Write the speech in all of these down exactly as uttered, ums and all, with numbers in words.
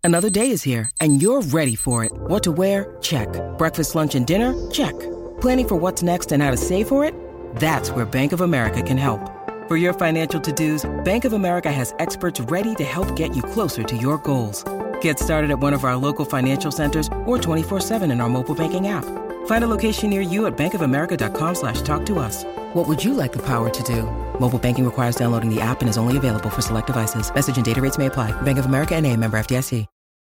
Another day is here, and you're ready for it. What to wear? Check. Breakfast, lunch, and dinner? Check. Planning for what's next and how to save for it? That's where Bank of America can help. For your financial to-dos, Bank of America has experts ready to help get you closer to your goals. Get started at one of our local financial centers or twenty-four seven in our mobile banking app. Find a location near you at bankofamerica.com slash talk to us. What would you like the power to do? Mobile banking requires downloading the app and is only available for select devices. Message and data rates may apply. Bank of America N A, member F D I C.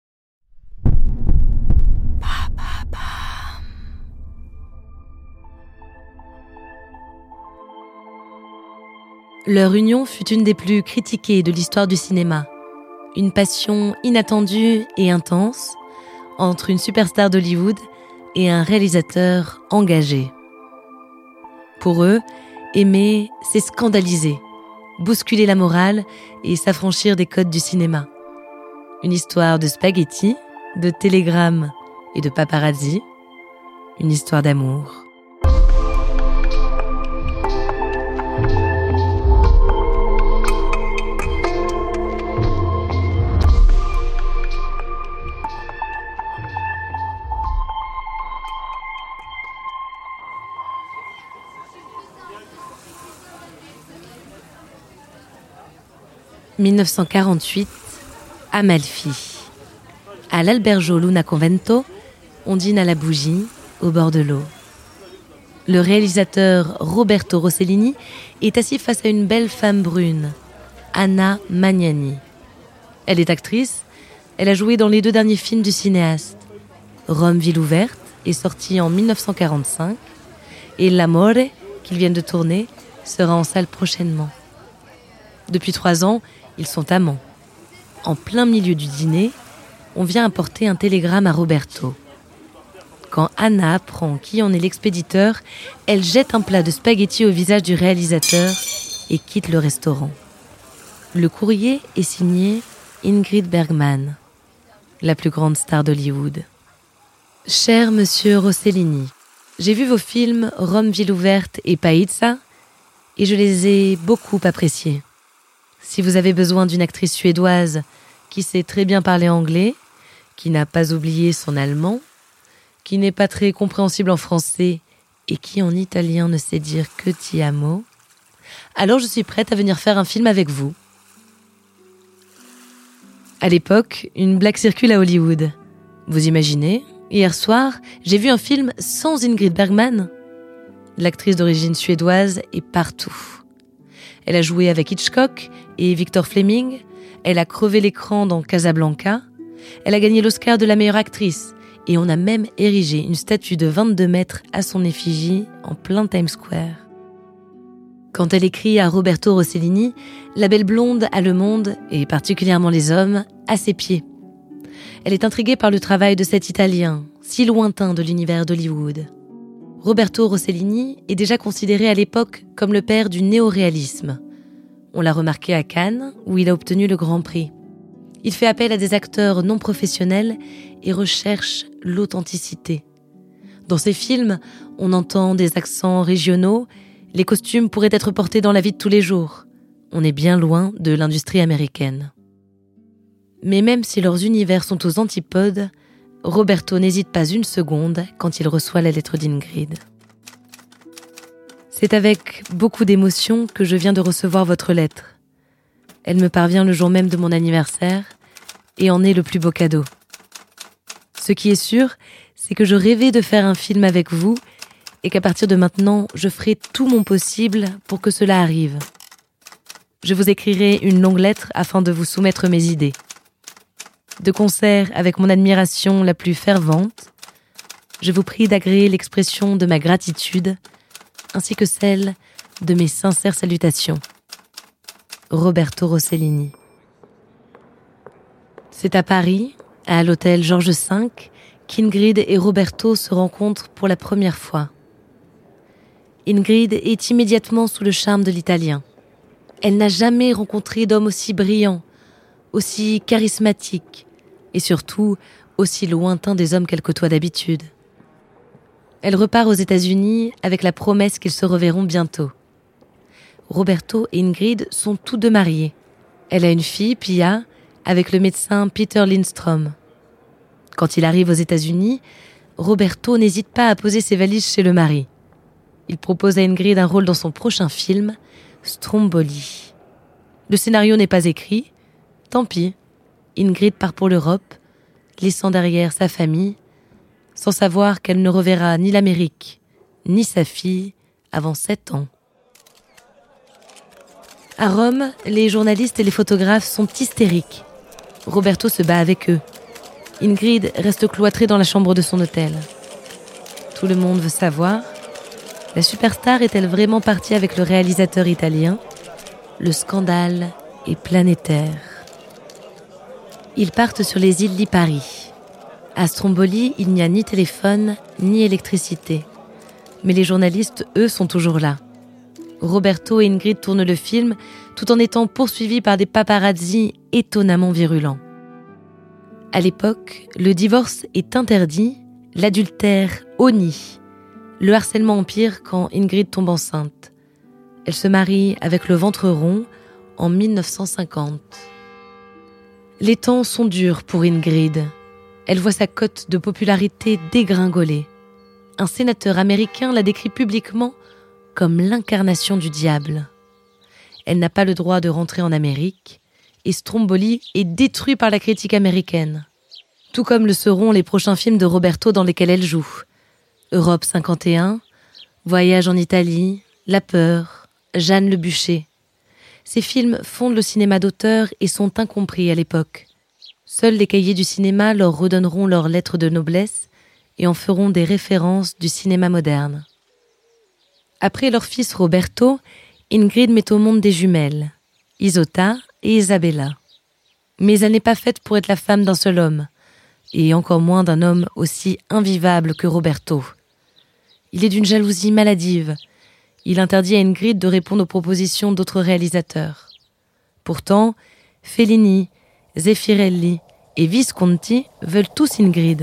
Leur union fut une des plus critiquées de l'histoire du cinéma. Une passion inattendue et intense entre une superstar d'Hollywood et un réalisateur engagé. Pour eux, aimer, c'est scandaliser, bousculer la morale et s'affranchir des codes du cinéma. Une histoire de spaghettis, de télégrammes et de paparazzi. Une histoire d'amour. dix-neuf cent quarante-huit, Amalfi. À l'Albergo Luna Convento, on dîne à la bougie, au bord de l'eau. Le réalisateur Roberto Rossellini est assis face à une belle femme brune, Anna Magnani. Elle est actrice, elle a joué dans les deux derniers films du cinéaste. Rome, ville ouverte est sorti en dix-neuf cent quarante-cinq et L'Amore, qu'ils viennent de tourner, sera en salle prochainement. Depuis trois ans, ils sont amants. En plein milieu du dîner, on vient apporter un télégramme à Roberto. Quand Anna apprend qui en est l'expéditeur, elle jette un plat de spaghettis au visage du réalisateur et quitte le restaurant. Le courrier est signé Ingrid Bergman, la plus grande star d'Hollywood. Cher monsieur Rossellini, j'ai vu vos films Rome, ville ouverte et Paizza et je les ai beaucoup appréciés. Si vous avez besoin d'une actrice suédoise qui sait très bien parler anglais, qui n'a pas oublié son allemand, qui n'est pas très compréhensible en français et qui en italien ne sait dire que ti amo, alors je suis prête à venir faire un film avec vous. À l'époque, une blague circule à Hollywood. Vous imaginez, hier soir, j'ai vu un film sans Ingrid Bergman. L'actrice d'origine suédoise est partout. Elle a joué avec Hitchcock et Victor Fleming. Elle a crevé l'écran dans Casablanca. Elle a gagné l'Oscar de la meilleure actrice. Et on a même érigé une statue de vingt-deux mètres à son effigie en plein Times Square. Quand elle écrit à Roberto Rossellini, la belle blonde a le monde, et particulièrement les hommes, à ses pieds. Elle est intriguée par le travail de cet Italien, si lointain de l'univers d'Hollywood. Roberto Rossellini est déjà considéré à l'époque comme le père du néoréalisme. On l'a remarqué à Cannes, où il a obtenu le Grand Prix. Il fait appel à des acteurs non professionnels et recherche l'authenticité. Dans ses films, on entend des accents régionaux, les costumes pourraient être portés dans la vie de tous les jours. On est bien loin de l'industrie américaine. Mais même si leurs univers sont aux antipodes, Roberto n'hésite pas une seconde quand il reçoit la lettre d'Ingrid. C'est avec beaucoup d'émotion que je viens de recevoir votre lettre. Elle me parvient le jour même de mon anniversaire et en est le plus beau cadeau. Ce qui est sûr, c'est que je rêvais de faire un film avec vous et qu'à partir de maintenant, je ferai tout mon possible pour que cela arrive. Je vous écrirai une longue lettre afin de vous soumettre mes idées. De concert avec mon admiration la plus fervente, je vous prie d'agréer l'expression de ma gratitude ainsi que celle de mes sincères salutations. Roberto Rossellini. C'est à Paris, à l'hôtel Georges cinq, qu'Ingrid et Roberto se rencontrent pour la première fois. Ingrid est immédiatement sous le charme de l'Italien. Elle n'a jamais rencontré d'homme aussi brillant, aussi charismatique et surtout aussi lointain des hommes qu'elle côtoie d'habitude. Elle repart aux États-Unis avec la promesse qu'ils se reverront bientôt. Roberto et Ingrid sont tous deux mariés. Elle a une fille, Pia, avec le médecin Peter Lindstrom. Quand il arrive aux États-Unis, Roberto n'hésite pas à poser ses valises chez le mari. Il propose à Ingrid un rôle dans son prochain film, Stromboli. Le scénario n'est pas écrit, tant pis. Ingrid part pour l'Europe, laissant derrière sa famille, sans savoir qu'elle ne reverra ni l'Amérique, ni sa fille avant sept ans. À Rome, les journalistes et les photographes sont hystériques. Roberto se bat avec eux. Ingrid reste cloîtrée dans la chambre de son hôtel. Tout le monde veut savoir, la superstar est-elle vraiment partie avec le réalisateur italien ? Le scandale est planétaire. Ils partent sur les îles Lipari. À Stromboli, il n'y a ni téléphone, ni électricité. Mais les journalistes, eux, sont toujours là. Roberto et Ingrid tournent le film tout en étant poursuivis par des paparazzis étonnamment virulents. À l'époque, le divorce est interdit, l'adultère honni. Le harcèlement empire quand Ingrid tombe enceinte. Elle se marie avec le ventre rond en mille neuf cent cinquante. Les temps sont durs pour Ingrid. Elle voit sa cote de popularité dégringoler. Un sénateur américain la décrit publiquement comme l'incarnation du diable. Elle n'a pas le droit de rentrer en Amérique et Stromboli est détruit par la critique américaine. Tout comme le seront les prochains films de Roberto dans lesquels elle joue. Europe cinquante et un, Voyage en Italie, La Peur, Jeanne le Bûcher. Ces films fondent le cinéma d'auteur et sont incompris à l'époque. Seuls les cahiers du cinéma leur redonneront leurs lettres de noblesse et en feront des références du cinéma moderne. Après leur fils Roberto, Ingrid met au monde des jumelles, Isotta et Isabella. Mais elle n'est pas faite pour être la femme d'un seul homme, et encore moins d'un homme aussi invivable que Roberto. Il est d'une jalousie maladive. Il interdit à Ingrid de répondre aux propositions d'autres réalisateurs. Pourtant, Fellini, Zeffirelli et Visconti veulent tous Ingrid.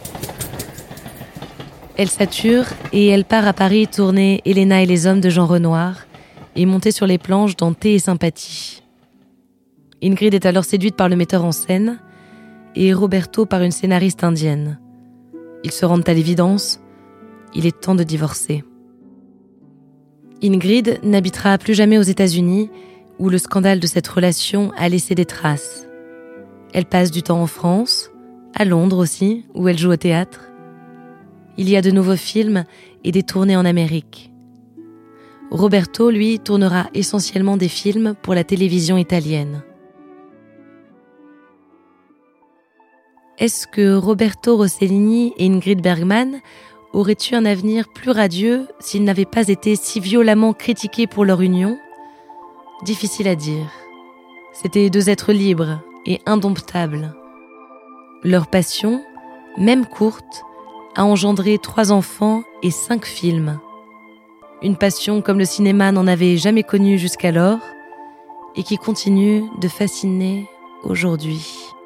Elle sature et elle part à Paris tourner Elena et les hommes de Jean Renoir et monter sur les planches dans Thé et Sympathie. Ingrid est alors séduite par le metteur en scène et Roberto par une scénariste indienne. Ils se rendent à l'évidence, il est temps de divorcer. Ingrid n'habitera plus jamais aux États-Unis où le scandale de cette relation a laissé des traces. Elle passe du temps en France, à Londres aussi, où elle joue au théâtre. Il y a de nouveaux films et des tournées en Amérique. Roberto, lui, tournera essentiellement des films pour la télévision italienne. Est-ce que Roberto Rossellini et Ingrid Bergman auraient eu un avenir plus radieux s'ils n'avaient pas été si violemment critiqués pour leur union ? Difficile à dire. C'étaient deux êtres libres et indomptables. Leur passion, même courte, a engendré trois enfants et cinq films. Une passion comme le cinéma n'en avait jamais connue jusqu'alors et qui continue de fasciner aujourd'hui.